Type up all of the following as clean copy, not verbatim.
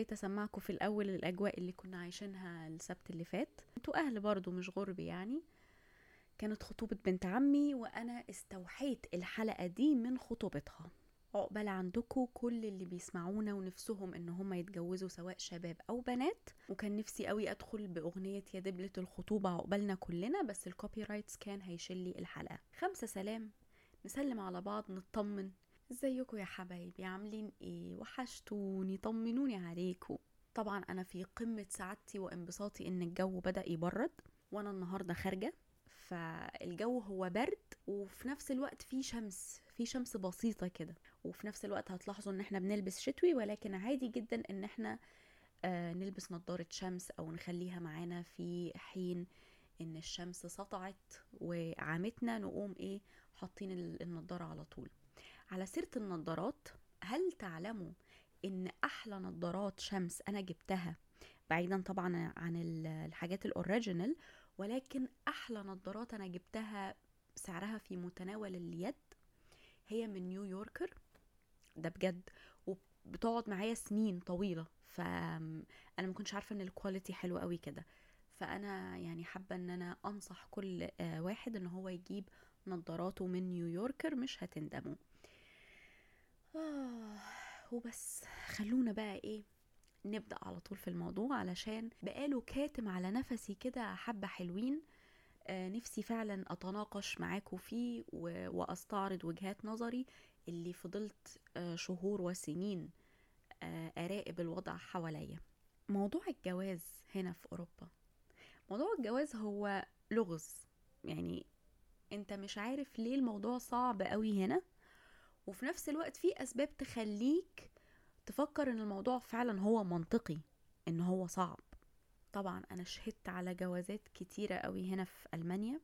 حبيت اسمعكم في الاول الاجواء اللي كنا عايشينها السبت اللي فات. انتوا اهل برضو مش غرب يعني. كانت خطوبة بنت عمي وانا استوحيت الحلقة دي من خطوبتها. عقبال عندكم كل اللي بيسمعونا ونفسهم ان هم يتجوزوا سواء شباب او بنات، وكان نفسي قوي ادخل باغنية يا دبلة الخطوبة عقبالنا كلنا، بس الكوبي رايتس كان هيشلي الحلقة. 5 سلام، نسلم على بعض، نطمن. ازيكم يا حبايبي، عاملين ايه؟ وحشتوني، طمنوني عليكم. طبعا انا في قمة سعادتي وانبساطي ان الجو بدأ يبرد، وانا النهاردة خارجة، فالجو هو برد وفي نفس الوقت في شمس بسيطة كده، وفي نفس الوقت هتلاحظوا ان احنا بنلبس شتوي، ولكن عادي جدا ان احنا نلبس نظارة شمس او نخليها معانا في حين ان الشمس سطعت وعامتنا نقوم ايه حاطين النضارة على طول. على سيرة النضارات، هل تعلموا ان احلى نضارات شمس انا جبتها، بعيدا طبعا عن الحاجات الاوريجينال، ولكن احلى نضارات انا جبتها سعرها في متناول اليد هي من نيويوركر؟ ده بجد، وبتقعد معايا سنين طويلة، فانا ما كنتش عارفة ان الكواليتي حلو قوي كده. فانا يعني حابة ان انا انصح كل واحد ان هو يجيب نضاراته من نيويوركر، مش هتندموا. وبس، خلونا بقى ايه نبدأ على طول في الموضوع، علشان بقاله كاتم على نفسي كده حبة حلوين. نفسي فعلا أتناقش معاكم فيه وأستعرض وجهات نظري اللي فضلت شهور وسنين أراقب الوضع حواليا. موضوع الجواز هنا في أوروبا، موضوع الجواز هو لغز. يعني انت مش عارف ليه الموضوع صعب قوي هنا، وفي نفس الوقت في أسباب تخليك تفكر ان الموضوع فعلا هو منطقي ان هو صعب. طبعا انا شهدت على جوازات كتيرة قوي هنا في ألمانيا،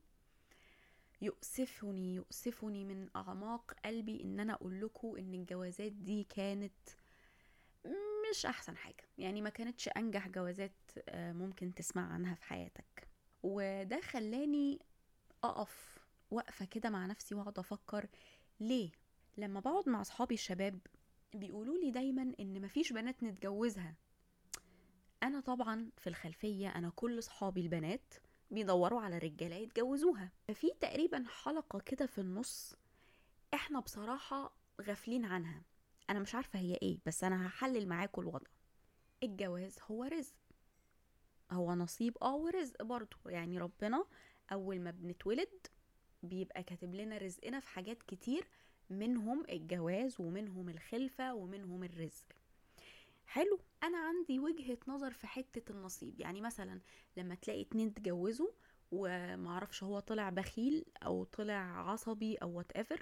يؤسفني من اعماق قلبي ان انا اقول لكم ان الجوازات دي كانت مش احسن حاجة، يعني ما كانتش انجح جوازات ممكن تسمع عنها في حياتك. وده خلاني اقف وقفة كده مع نفسي واقعد افكر ليه. لما بقعد مع اصحابي الشباب بيقولوا لي دايما ان مفيش بنات نتجوزها. انا طبعا في الخلفية انا كل صحابي البنات بيدوروا على رجالة يتجوزوها، في تقريبا حلقة كده في النص احنا بصراحة غافلين عنها. انا مش عارفة هي ايه، بس انا هحلل معاكم الوضع. الجواز هو رزق، هو نصيب ورزق برضو. يعني ربنا اول ما بنتولد بيبقى كاتب لنا رزقنا في حاجات كتير، منهم الجواز ومنهم الخلفة ومنهم الرزق. حلو، انا عندي وجهة نظر في حتة النصيب. يعني مثلا لما تلاقي 2 اتجوزوا ومعرفش هو طلع بخيل او طلع عصبي او whatever،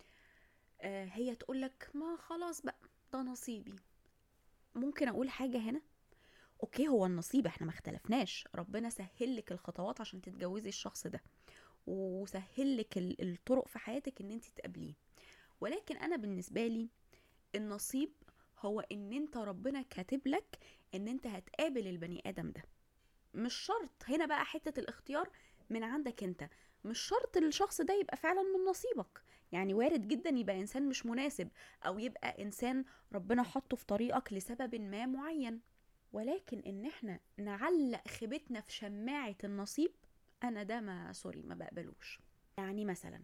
هي تقولك ما خلاص بقى ده نصيبي. ممكن اقول حاجة هنا؟ اوكي، هو النصيب احنا ما اختلفناش، ربنا سهل لك الخطوات عشان تتجوزي الشخص ده، وسهل لك الطرق في حياتك ان انت تقابليه. ولكن انا بالنسبة لي النصيب هو ان انت ربنا كاتب لك ان انت هتقابل البني ادم ده. مش شرط هنا بقى حتة الاختيار من عندك انت، مش شرط الشخص ده يبقى فعلا من نصيبك. يعني وارد جدا يبقى انسان مش مناسب، او يبقى انسان ربنا حطه في طريقك لسبب ما معين. ولكن ان احنا نعلق خيبتنا في شماعة النصيب، انا ده ما سوري ما بقبلوش. يعني مثلا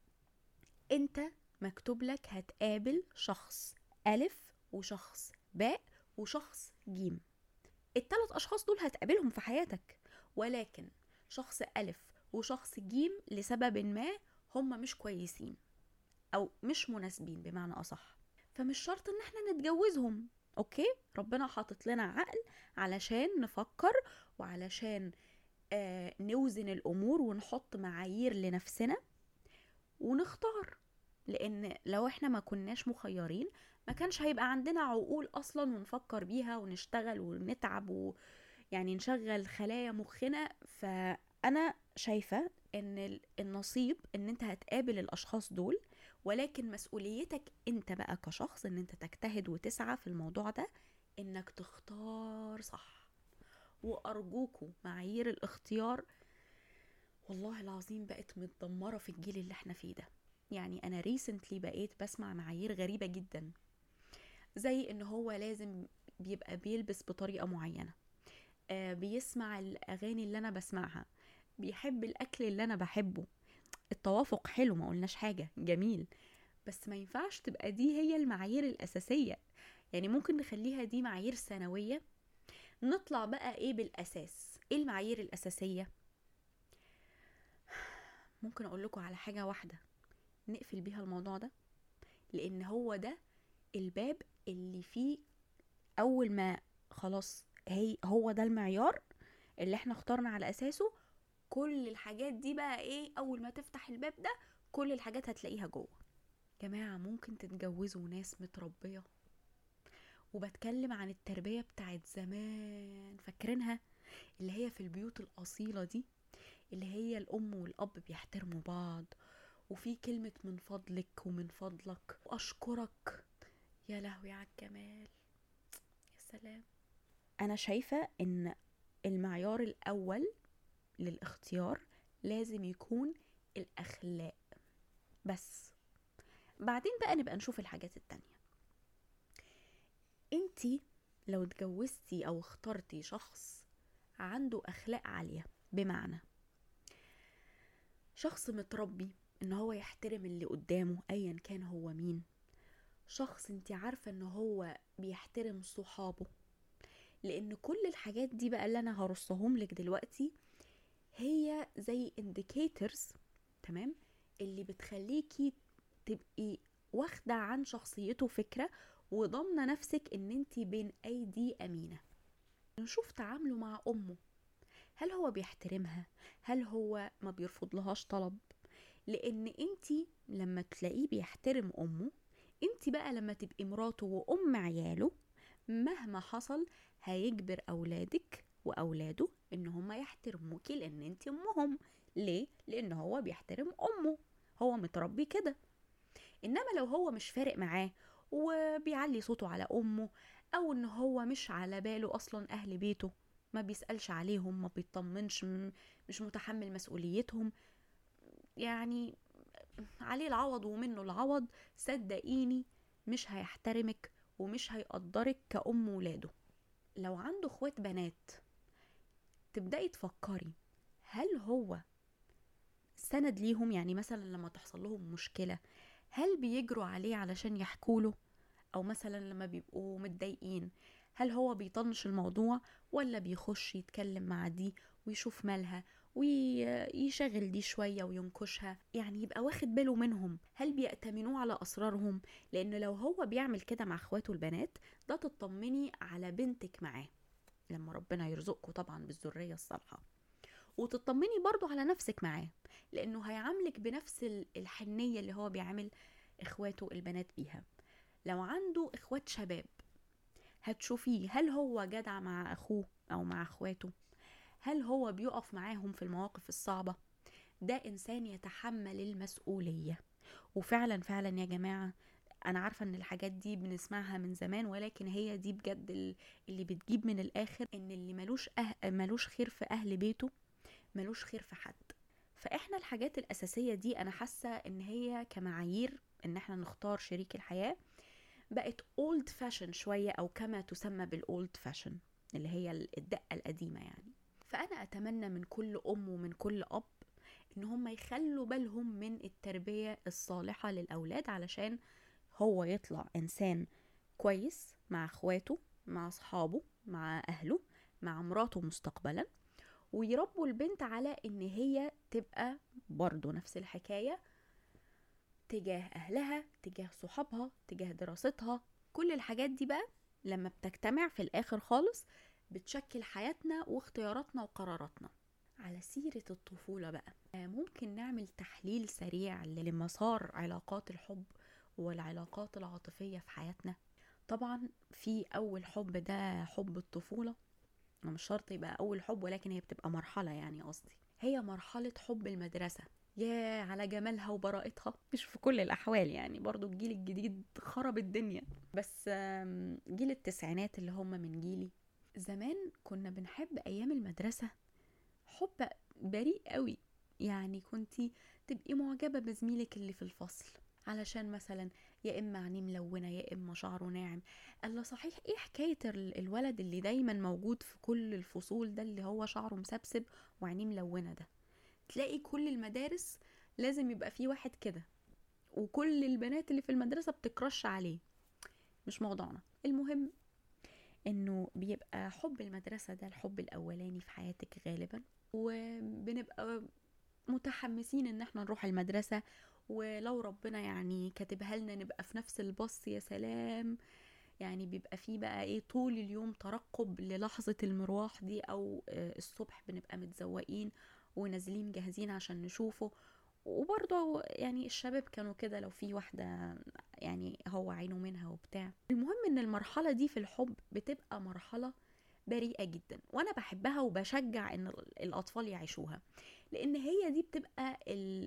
انت مكتوب لك هتقابل شخص ألف وشخص باء وشخص جيم. ال3 أشخاص دول هتقابلهم في حياتك، ولكن شخص ألف وشخص جيم لسبب ما هم مش كويسين أو مش مناسبين بمعنى أصح، فمش شرط ان احنا نتجوزهم. اوكي، ربنا حاطط لنا عقل علشان نفكر، وعلشان نوزن الأمور ونحط معايير لنفسنا ونختار. لان لو احنا ما كناش مخيرين ما كانش هيبقى عندنا عقول اصلا ونفكر بيها ونشتغل ونتعب يعني نشغل خلايا مخنا. فانا شايفة ان النصيب ان انت هتقابل الاشخاص دول، ولكن مسؤوليتك انت بقى كشخص ان انت تجتهد وتسعى في الموضوع ده انك تختار صح. وارجوكوا معايير الاختيار والله العظيم بقت متدمرة في الجيل اللي احنا فيه ده. يعني انا ريسنتلي بقيت بسمع معايير غريبة جدا، زي ان هو لازم بيبقى بيلبس بطريقة معينة، بيسمع الأغاني اللي أنا بسمعها، بيحب الأكل اللي أنا بحبه. التوافق حلو، ما قلناش حاجة، جميل، بس ما ينفعش تبقى دي هي المعايير الأساسية. يعني ممكن نخليها دي معايير ثانوية. نطلع بقى ايه بالأساس؟ ايه المعايير الأساسية؟ ممكن أقول لكم على حاجة واحدة نقفل بيها الموضوع ده، لأن هو ده الباب اللي فيه أول ما خلاص هو ده المعيار اللي احنا اخترنا على أساسه كل الحاجات دي. بقى ايه؟ أول ما تفتح الباب ده كل الحاجات هتلاقيها جوه. جماعة ممكن تتجوزوا ناس متربية، وبتكلم عن التربية بتاعت زمان، فاكرينها؟ اللي هي في البيوت الأصيلة دي، اللي هي الأم والأب بيحترموا بعض، وفي كلمة من فضلك ومن فضلك وأشكرك. يا لهوي على الجمال، يا سلام. أنا شايفة إن المعيار الأول للاختيار لازم يكون الأخلاق، بس بعدين بقى نبقى نشوف الحاجات التانية. انتي لو اتجوزتي أو اخترتي شخص عنده أخلاق عالية، بمعنى شخص متربي ان هو يحترم اللي قدامه ايا كان هو مين، شخص انتي عارفة ان هو بيحترم صحابه، لان كل الحاجات دي بقى اللي انا هرصهم لك دلوقتي هي زي indicators، تمام، اللي بتخليكي تبقي واخدة عن شخصيته فكرة، وضمنة نفسك ان انتي بين ايدي امينة. نشوف تعامله مع امه، هل هو بيحترمها؟ هل هو ما بيرفض لهاش طلب؟ لان انتي لما تلاقيه بيحترم امه، انتي بقى لما تبقي مراته وام عياله، مهما حصل هيجبر اولادك واولاده ان هم يحترموكي، لان انتي امهم. ليه؟ لان هو بيحترم امه، هو متربي كده. انما لو هو مش فارق معاه وبيعلي صوته على امه، او ان هو مش على باله اصلا اهل بيته، ما بيسألش عليهم، ما بيطمنش، مش متحمل مسؤوليتهم، يعني عليه العوض ومنه العوض، صدقيني مش هيحترمك ومش هيقدرك كأم ولاده. لو عنده اخوات بنات، تبدأي تفكري هل هو سند ليهم؟ يعني مثلا لما تحصل لهم مشكلة هل بيجروا عليه علشان يحكوله؟ او مثلا لما بيبقوا متضايقين هل هو بيطنش الموضوع، ولا بيخش يتكلم مع دي ويشوف مالها ويشغل دي شوية وينكشها؟ يعني يبقى واخد باله منهم، هل بيأتمنوه على أسرارهم؟ لأنه لو هو بيعمل كده مع اخواته البنات، ده تطمني على بنتك معاه لما ربنا يرزقكم طبعا بالذرية الصالحة، وتطمني برضو على نفسك معاه، لأنه هيعاملك بنفس الحنية اللي هو بيعامل اخواته البنات بيها. لو عنده اخوات شباب، هتشوفيه هل هو جدع مع اخوه او مع اخواته، هل هو بيقف معاهم في المواقف الصعبة. ده انسان يتحمل المسؤولية. وفعلا فعلا يا جماعة، انا عارفة ان الحاجات دي بنسمعها من زمان، ولكن هي دي بجد اللي بتجيب من الاخر ان اللي ملوش خير في اهل بيته ملوش خير في حد. فاحنا الحاجات الاساسية دي انا حاسة ان هي كمعايير ان احنا نختار شريك الحياة بقت old fashion شوية، أو كما تسمى بالold fashion، اللي هي الدقة القديمة يعني. فأنا أتمنى من كل أم ومن كل أب إن هم يخلوا بالهم من التربية الصالحة للأولاد، علشان هو يطلع إنسان كويس مع أخواته، مع أصحابه، مع أهله، مع مراته مستقبلا، ويربوا البنت على إن هي تبقى برضو نفس الحكاية تجاه أهلها، تجاه صحابها، تجاه دراستها. كل الحاجات دي بقى لما بتجتمع في الآخر خالص بتشكل حياتنا واختياراتنا وقراراتنا. على سيرة الطفولة بقى، ممكن نعمل تحليل سريع لمسار علاقات الحب والعلاقات العاطفية في حياتنا. طبعا في أول حب، ده حب الطفولة، مش شرط يبقى أول حب، ولكن هي بتبقى مرحلة، يعني قصدي هي مرحلة حب المدرسة. يا على جمالها وبراءتها، مش في كل الأحوال يعني، برضو الجيل الجديد خرب الدنيا، بس جيل التسعينات اللي هم من جيلي، زمان كنا بنحب أيام المدرسة حب بريء قوي. يعني كنتي تبقي معجبة بزميلك اللي في الفصل علشان مثلا يا اما عينيه ملونه يا اما شعره ناعم. الله، صحيح ايه حكايه الولد اللي دايما موجود في كل الفصول ده، اللي هو شعره مسبسب وعينيه ملونه ده؟ تلاقي كل المدارس لازم يبقى فيه واحد كده، وكل البنات اللي في المدرسه بتكرش عليه. مش موضوعنا. المهم انه بيبقى حب المدرسة ده الحب الاولاني في حياتك غالبا، وبنبقى متحمسين ان احنا نروح المدرسة، ولو ربنا يعني كاتبها لنا نبقى في نفس الباص، يا سلام. يعني بيبقى فيه بقى ايه طول اليوم ترقب للحظة المروح دي، او الصبح بنبقى متزوقين ونازلين جاهزين عشان نشوفه. وبرضه يعني الشباب كانوا كده، لو في واحدة يعني هو عينه منها وبتاع. المهم ان المرحلة دي في الحب بتبقى مرحلة بريئة جدا، وانا بحبها وبشجع ان الاطفال يعيشوها، لان هي دي بتبقى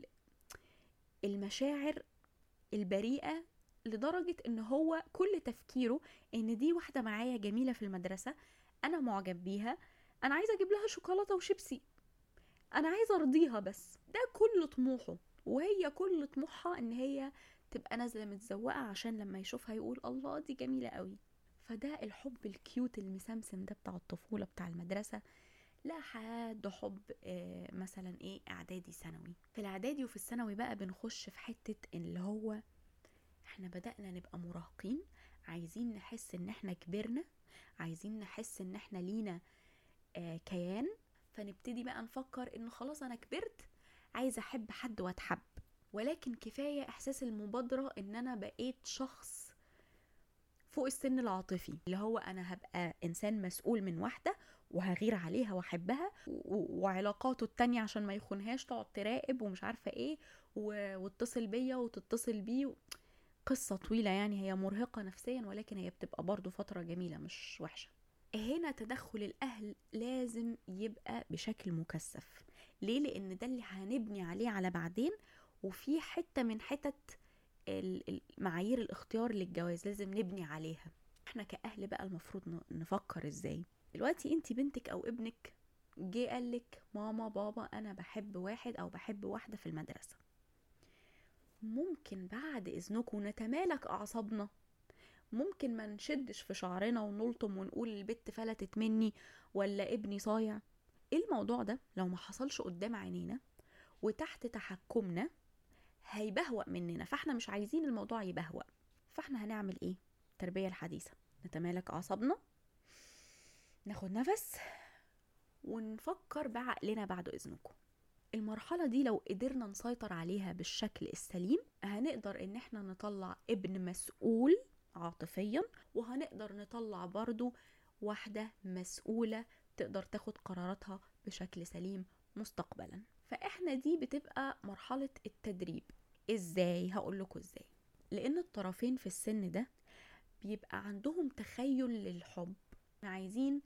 المشاعر البريئة، لدرجة ان هو كل تفكيره ان دي واحدة معايا جميلة في المدرسة، انا معجب بيها، انا عايزة اجيب لها شوكولاتة وشيبسي، انا عايزة ارضيها. بس ده كل طموحه، وهي كل طموحها ان هي تبقى نازلة متزوقة عشان لما يشوفها يقول الله دي جميلة قوي. فده الحب الكيوت المسمسم ده بتاع الطفولة بتاع المدرسة، لحد حب مثلا ايه اعدادي ثانوي. في الاعدادي وفي الثانوي بقى بنخش في حتة اللي هو احنا بدأنا نبقى مراهقين، عايزين نحس ان احنا كبرنا، عايزين نحس ان احنا لينا كيان. فنبتدي بقى نفكر ان خلاص انا كبرت، عايزة احب حد واتحب. ولكن كفاية احساس المبادرة ان انا بقيت شخص فوق السن العاطفي، اللي هو انا هبقى انسان مسؤول من واحدة وهغير عليها واحبها، وعلاقاته التانية عشان ما يخونهاش تقعد تراقب ومش عارفة ايه، واتصل بيا وتتصل بيه. قصة طويلة يعني، هي مرهقة نفسيا، ولكن هي بتبقى برضو فترة جميلة مش وحشة. هنا تدخل الأهل لازم يبقى بشكل مكثف. ليه؟ لأن ده اللي هنبني عليه على بعدين. وفي حتة من حتت معايير الاختيار للجواز لازم نبني عليها. احنا كأهل بقى المفروض نفكر ازاي. دلوقتي انتي بنتك او ابنك جه قالك ماما بابا انا بحب واحد او بحب واحدة في المدرسة، ممكن بعد اذنكم نتمالك اعصابنا، ممكن ما نشدش في شعرنا ونلطم ونقول البت فلتت مني ولا ابني صايع. ايه الموضوع ده لو ما حصلش قدام عينينا وتحت تحكمنا هيبهوأ مننا، فاحنا مش عايزين الموضوع يبهوأ. فاحنا هنعمل ايه؟ التربية الحديثة، نتمالك اعصابنا، ناخد نفس، ونفكر بعقلنا بعد اذنكم. المرحلة دي لو قدرنا نسيطر عليها بالشكل السليم هنقدر ان احنا نطلع ابن مسؤول عاطفيا، وهنقدر نطلع برضو واحدة مسؤولة تقدر تاخد قراراتها بشكل سليم مستقبلا. فاحنا دي بتبقى مرحلة التدريب. ازاي؟ هقولكوا ازاي. لان الطرفين في السن ده بيبقى عندهم تخيل للحب، عايزين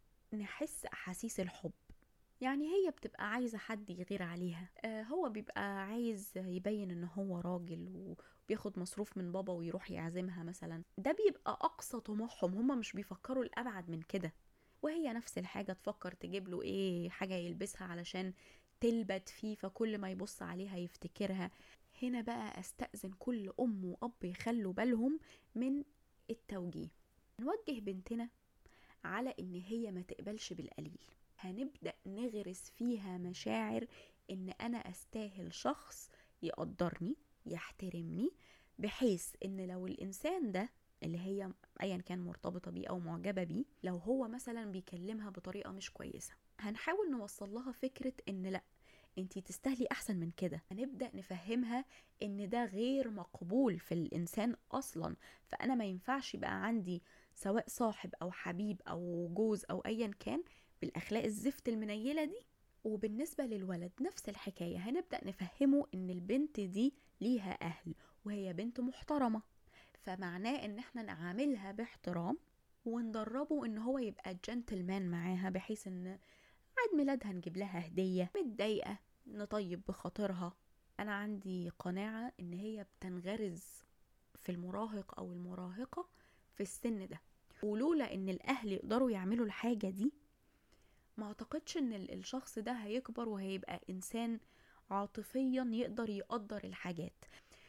نحس احاسيس الحب. يعني هي بتبقى عايزة حد يغير عليها، هو بيبقى عايز يبين ان هو راجل وبياخد مصروف من بابا ويروح يعزمها مثلا. ده بيبقى اقصى طموحهم، هما مش بيفكروا الابعد من كده. وهي نفس الحاجة، تفكر تجيب له ايه حاجة يلبسها علشان تلبت فيه، فكل ما يبص عليها يفتكرها. هنا بقى استأذن كل ام واب يخلوا بالهم من التوجيه. نوجه بنتنا على ان هي ما تقبلش بالقليل، هنبدأ نغرس فيها مشاعر ان انا استاهل شخص يقدرني يحترمني، بحيث ان لو الانسان ده اللي هي ايا كان مرتبطة بيه او معجبة بيه، لو هو مثلا بيكلمها بطريقة مش كويسة، هنحاول نوصل لها فكرة ان لا، انتي تستاهلي احسن من كده. هنبدأ نفهمها ان ده غير مقبول في الانسان اصلا، فانا ما ينفعش بقى عندي سواء صاحب او حبيب او جوز او ايا كان بالاخلاق الزفت المنيلة دي. وبالنسبة للولد نفس الحكاية، هنبدأ نفهمه ان البنت دي ليها اهل وهي بنت محترمة، فمعناه ان احنا نعاملها باحترام وندربه ان هو يبقى جنتلمان معاها، بحيث ان عيد ميلادها نجيب لها هدية، متضايقة نطيب بخاطرها. انا عندي قناعة ان هي بتنغرز في المراهق او المراهقة في السن ده، ولولا ان الاهل يقدروا يعملوا الحاجة دي ما اعتقدش ان الشخص ده هيكبر وهيبقى انسان عاطفيا يقدر يقدر الحاجات.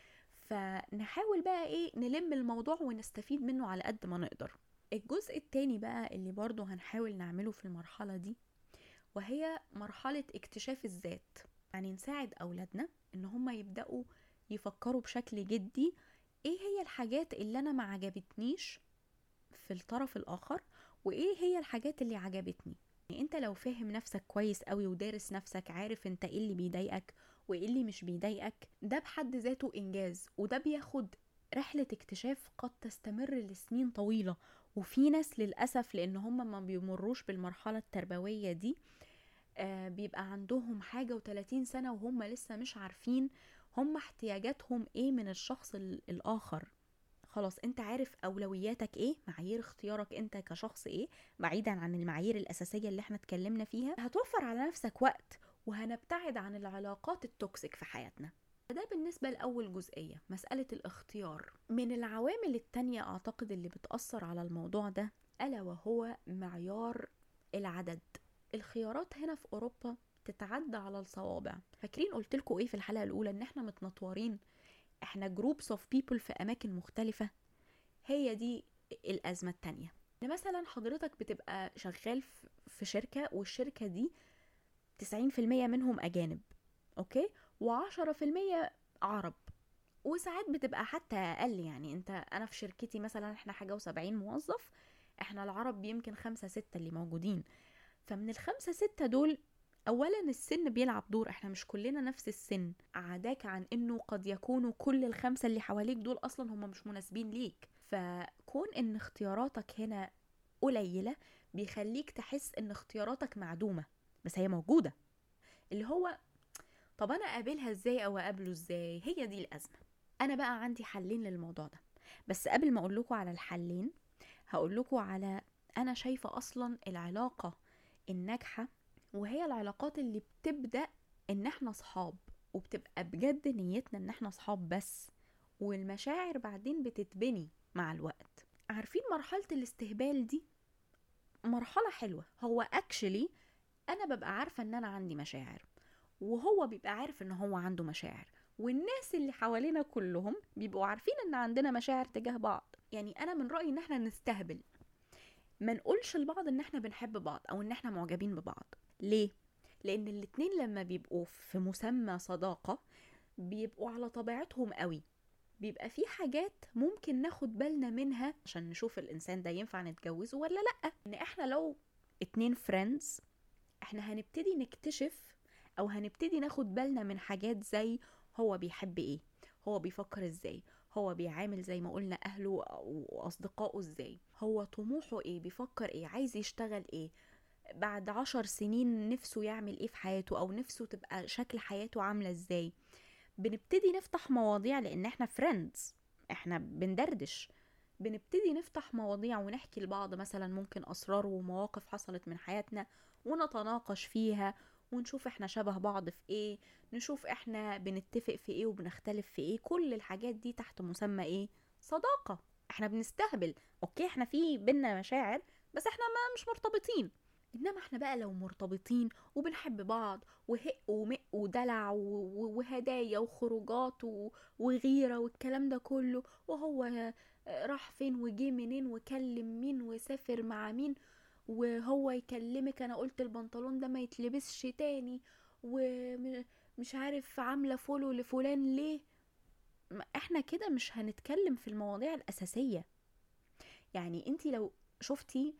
فنحاول بقى ايه نلم الموضوع ونستفيد منه على قد ما نقدر. الجزء التاني بقى اللي برضو هنحاول نعمله في المرحلة دي، وهي مرحلة اكتشاف الذات. يعني نساعد أولادنا إن هم يبدأوا يفكروا بشكل جدي ايه هي الحاجات اللي أنا ما عجبتنيش في الطرف الآخر، وايه هي الحاجات اللي عجبتني. يعني انت لو فاهم نفسك كويس قوي ودارس نفسك، عارف انت ايه اللي بيضايقك وايه اللي مش بيضايقك، ده بحد ذاته إنجاز. وده بياخد رحلة اكتشاف قد تستمر لسنين طويلة. وفي ناس للأسف لأن هم ما بيمروش بالمرحلة التربوية دي، بيبقى عندهم حاجة و30 سنة وهم لسه مش عارفين هم احتياجاتهم ايه من الشخص الآخر. خلاص انت عارف أولوياتك ايه، معايير اختيارك انت كشخص ايه، بعيدا عن المعايير الأساسية اللي احنا اتكلمنا فيها. هتوفر على نفسك وقت، وهنبتعد عن العلاقات التوكسيك في حياتنا. ده بالنسبة لأول جزئية، مسألة الاختيار. من العوامل التانية أعتقد اللي بتأثر على الموضوع ده، ألا وهو معيار العدد. الخيارات هنا في أوروبا تتعدى على الصوابع. فاكرين قلتلكوا ايه في الحلقة الأولى؟ ان احنا متنطورين، احنا groups of people في أماكن مختلفة. هي دي الأزمة التانية. ان مثلا حضرتك بتبقى شغال في شركة، والشركة دي 90% منهم أجانب، اوكي، و10% عرب، وساعات بتبقى حتى أقل. يعني أنا في شركتي مثلا احنا حاجة و70 موظف، احنا العرب يمكن 5-6 اللي موجودين. فمن ال5-6 دول، اولا السن بيلعب دور، احنا مش كلنا نفس السن، عداك عن انه قد يكونوا كل ال5 اللي حواليك دول اصلا هم مش مناسبين ليك. فكون ان اختياراتك هنا قليلة بيخليك تحس ان اختياراتك معدومة، بس هي موجودة. اللي هو طب انا اقابلها ازاي او اقابله ازاي؟ هي دي الازمة. انا بقى عندي حلين للموضوع ده، بس قبل ما اقول لكم على الحلين هقول لكم على انا شايفة اصلا العلاقة الناجحة، وهي العلاقات اللي بتبدأ ان احنا صحاب، وبتبقى بجد نيتنا ان احنا صحاب بس، والمشاعر بعدين بتتبني مع الوقت. عارفين مرحلة الاستهبال دي مرحلة حلوة. هو اكشلي انا ببقى عارفة ان انا عندي مشاعر، وهو بيبقى عارف ان هو عنده مشاعر، والناس اللي حوالينا كلهم بيبقوا عارفين ان عندنا مشاعر تجاه بعض. يعني انا من رأيي ان احنا نستهبل، ما نقولش لبعض ان احنا بنحب بعض او ان احنا معجبين ببعض. ليه؟ لان الاتنين لما بيبقوا في مسمى صداقة بيبقوا على طبيعتهم قوي. بيبقى في حاجات ممكن ناخد بالنا منها عشان نشوف الانسان ده ينفع نتجوزه ولا لا. ان احنا لو 2 فريندز، احنا هنبتدي نكتشف او هنبتدي ناخد بالنا من حاجات زي هو بيحب ايه، هو بيفكر ازاي، هو بيعامل زي ما قلنا اهله او اصدقائه ازاي، هو طموحه ايه، بيفكر ايه، عايز يشتغل ايه، بعد 10 سنين نفسه يعمل ايه في حياته، او نفسه تبقى شكل حياته عاملة ازاي. بنبتدي نفتح مواضيع لان احنا فريندز، احنا بندردش، بنبتدي نفتح مواضيع ونحكي لبعض مثلا ممكن اسرار ومواقف حصلت من حياتنا، ونتناقش فيها، ونشوف احنا شبه بعض في ايه، نشوف احنا بنتفق في ايه وبنختلف في ايه. كل الحاجات دي تحت مسمى ايه؟ صداقة. احنا بنستهبل، اوكي، احنا في بينا مشاعر بس احنا ما مش مرتبطين. انما احنا بقى لو مرتبطين وبنحب بعض، وهق ومق ودلع وهدايا وخروجات وغيرة والكلام ده كله، وهو راح فين وجي منين وكلم مين وسافر مع مين، وهو يكلمك انا قلت البنطلون ده ما يتلبسش تاني، ومش عارف عاملة فولو لفلان ليه. احنا كده مش هنتكلم في المواضيع الأساسية. يعني انتي لو شفتي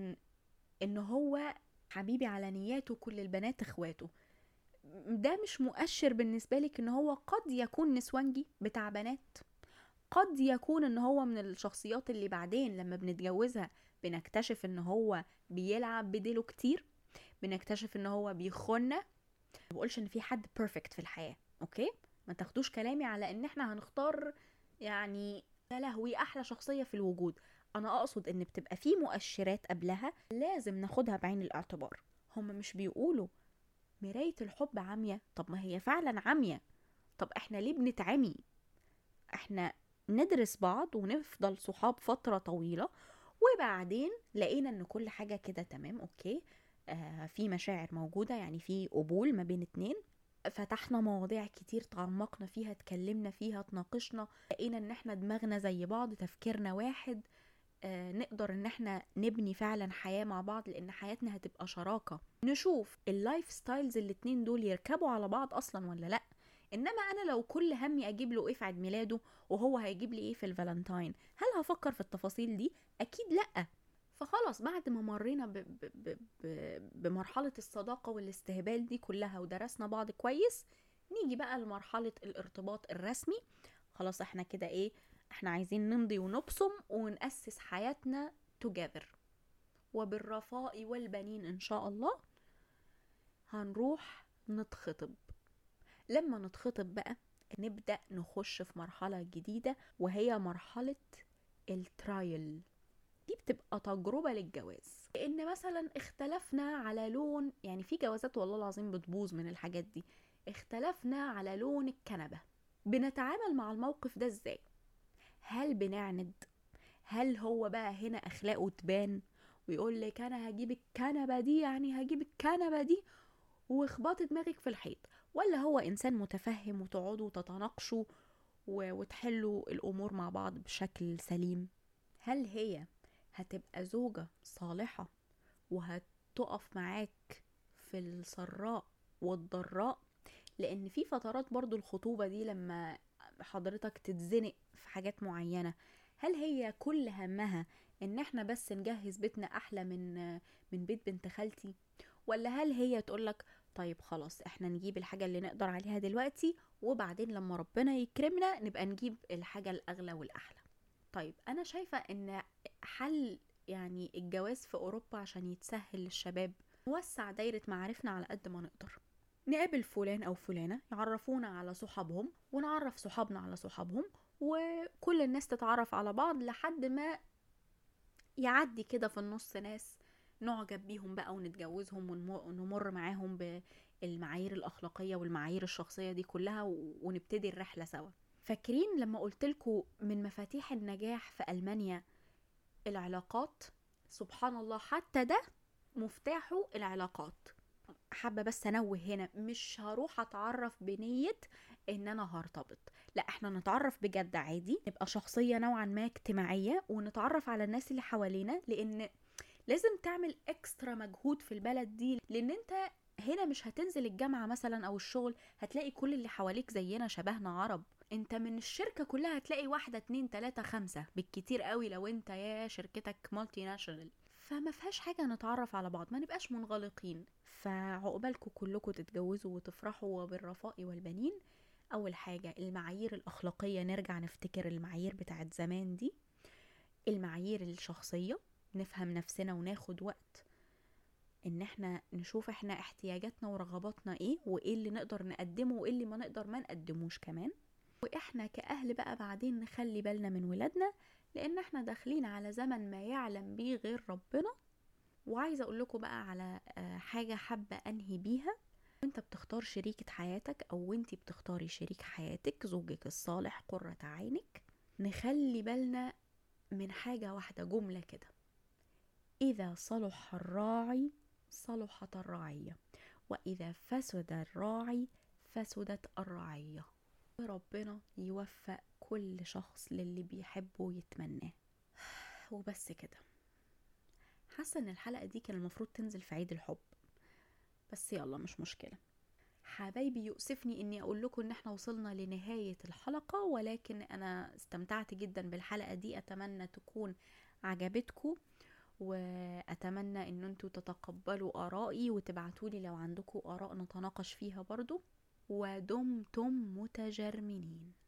ان هو حبيبي على نياته كل البنات اخواته، ده مش مؤشر بالنسبة لك ان هو قد يكون نسوانجي بتاع بنات؟ قد يكون ان هو من الشخصيات اللي بعدين لما بنتجوزها بنكتشف ان هو بيلعب بديله كتير، بنكتشف ان هو بيخوننا. ما بقولش ان في حد بيرفكت في الحياة، اوكي، ما تاخدوش كلامي على ان احنا هنختار يعني يا لهوي احلى شخصية في الوجود. انا اقصد ان بتبقى في مؤشرات قبلها لازم ناخدها بعين الاعتبار. هم مش بيقولوا مراية الحب عمية؟ طب ما هي فعلا عمية. طب احنا ليه بنتعمي؟ احنا ندرس بعض ونفضل صحاب فترة طويلة، وبعدين لقينا ان كل حاجة كده تمام، اوكي، في مشاعر موجودة، يعني في قبول ما بين اتنين، فتحنا مواضيع كتير، تعمقنا فيها، اتكلمنا فيها، اتناقشنا، لقينا ان احنا دماغنا زي بعض، تفكيرنا واحد. نقدر ان احنا نبني فعلا حياة مع بعض، لان حياتنا هتبقى شراكة. نشوف اللايف ستايلز الاتنين دول يركبوا على بعض اصلا ولا لا. انما انا لو كل همي اجيب له ايه في عيد ميلاده وهو هيجيب لي ايه في الفالنتاين، هل هفكر في التفاصيل دي؟ اكيد لا. فخلاص، بعد ما مرينا بمرحلة الصداقة والاستهبال دي كلها ودرسنا بعض كويس، نيجي بقى لمرحلة الارتباط الرسمي. خلاص احنا كده ايه، احنا عايزين نمضي ونبصم ونأسس حياتنا together، وبالرفاء والبنين ان شاء الله هنروح نتخطب. لما نتخطب بقى نبدأ نخش في مرحلة جديدة، وهي مرحلة الترايل. دي بتبقى تجربة للجواز، لان مثلا اختلفنا على لون، يعني في جوازات والله العظيم بتبوظ من الحاجات دي، اختلفنا على لون الكنبة. بنتعامل مع الموقف ده ازاي؟ هل بنعند؟ هل هو بقى هنا اخلاقه تبان ويقول لك انا هجيب الكنبة دي، يعني هجيب الكنبة دي واخبطي دماغك في الحيط؟ ولا هو انسان متفهم وتقعدوا تتناقشوا وتحلوا الامور مع بعض بشكل سليم؟ هل هي هتبقى زوجة صالحة وهتقف معاك في السراء والضراء؟ لان في فترات برضو الخطوبة دي لما حضرتك تتزنق في حاجات معينة، هل هي كل همها ان احنا بس نجهز بيتنا احلى من بيت بنت خالتي؟ ولا هل هي تقولك طيب خلاص احنا نجيب الحاجة اللي نقدر عليها دلوقتي، وبعدين لما ربنا يكرمنا نبقى نجيب الحاجة الاغلى والاحلى؟ طيب انا شايفة ان حل يعني الجواز في اوروبا عشان يتسهل للشباب، نوسع دايرة معارفنا على قد ما نقدر. نقابل فلان او فلانة يعرفونا على صحابهم، ونعرف صحابنا على صحابهم، وكل الناس تتعرف على بعض لحد ما يعدي كده في النص ناس نعجب بيهم بقى ونتجوزهم ونمر معاهم بالمعايير الأخلاقية والمعايير الشخصية دي كلها، ونبتدي الرحلة سوا. فاكرين لما قلتلكوا من مفاتيح النجاح في ألمانيا العلاقات؟ سبحان الله، حتى ده مفتاحه العلاقات. حابة بس انوه هنا، مش هروح اتعرف بنية ان انا هرتبط، لا احنا نتعرف بجد عادي، نبقى شخصية نوعا ما اجتماعية ونتعرف على الناس اللي حوالينا، لان لازم تعمل اكسترا مجهود في البلد دي، لان انت هنا مش هتنزل الجامعة مثلا او الشغل هتلاقي كل اللي حواليك زينا شبهنا عرب. انت من الشركة كلها هتلاقي واحدة 2 3 5 بالكتير قوي لو انت يا شركتك مالتي ناشونال، فما فيهاش حاجة نتعرف على بعض، ما نبقاش منغلقين. فعقبالكم كلكم تتجوزوا وتفرحوا وبالرفاء والبنين. اول حاجة المعايير الاخلاقية، نرجع نفتكر المعايير بتاعت زمان دي، المعايير الشخصية، نفهم نفسنا وناخد وقت ان احنا نشوف احنا احتياجاتنا ورغباتنا ايه، وايه اللي نقدر نقدمه وايه اللي ما نقدر ما نقدموش كمان. واحنا كأهل بقى بعدين نخلي بالنا من ولادنا، لان احنا داخلين على زمن ما يعلم بيه غير ربنا. وعايزة اقول لكم بقى على حاجة حابة انهي بيها. وانت بتختار شريكة حياتك او وانتي بتختاري شريك حياتك، زوجك الصالح قرة عينك، نخلي بالنا من حاجة واحدة، جملة كده: إذا صلح الراعي صلحت الرعية، وإذا فسد الراعي فسدت الرعية. ربنا يوفق كل شخص للي بيحبه ويتمناه. وبس كده. حاسة ان الحلقة دي كان المفروض تنزل في عيد الحب، بس يلا مش مشكلة. حبايبي، يؤسفني اني اقول لكم ان احنا وصلنا لنهاية الحلقة، ولكن انا استمتعت جدا بالحلقة دي، اتمنى تكون عجبتكم، واتمنى ان انتوا تتقبلوا ارائي وتبعتولي لو عندكم اراء نتناقش فيها برضو. ودمتم متجرمنين.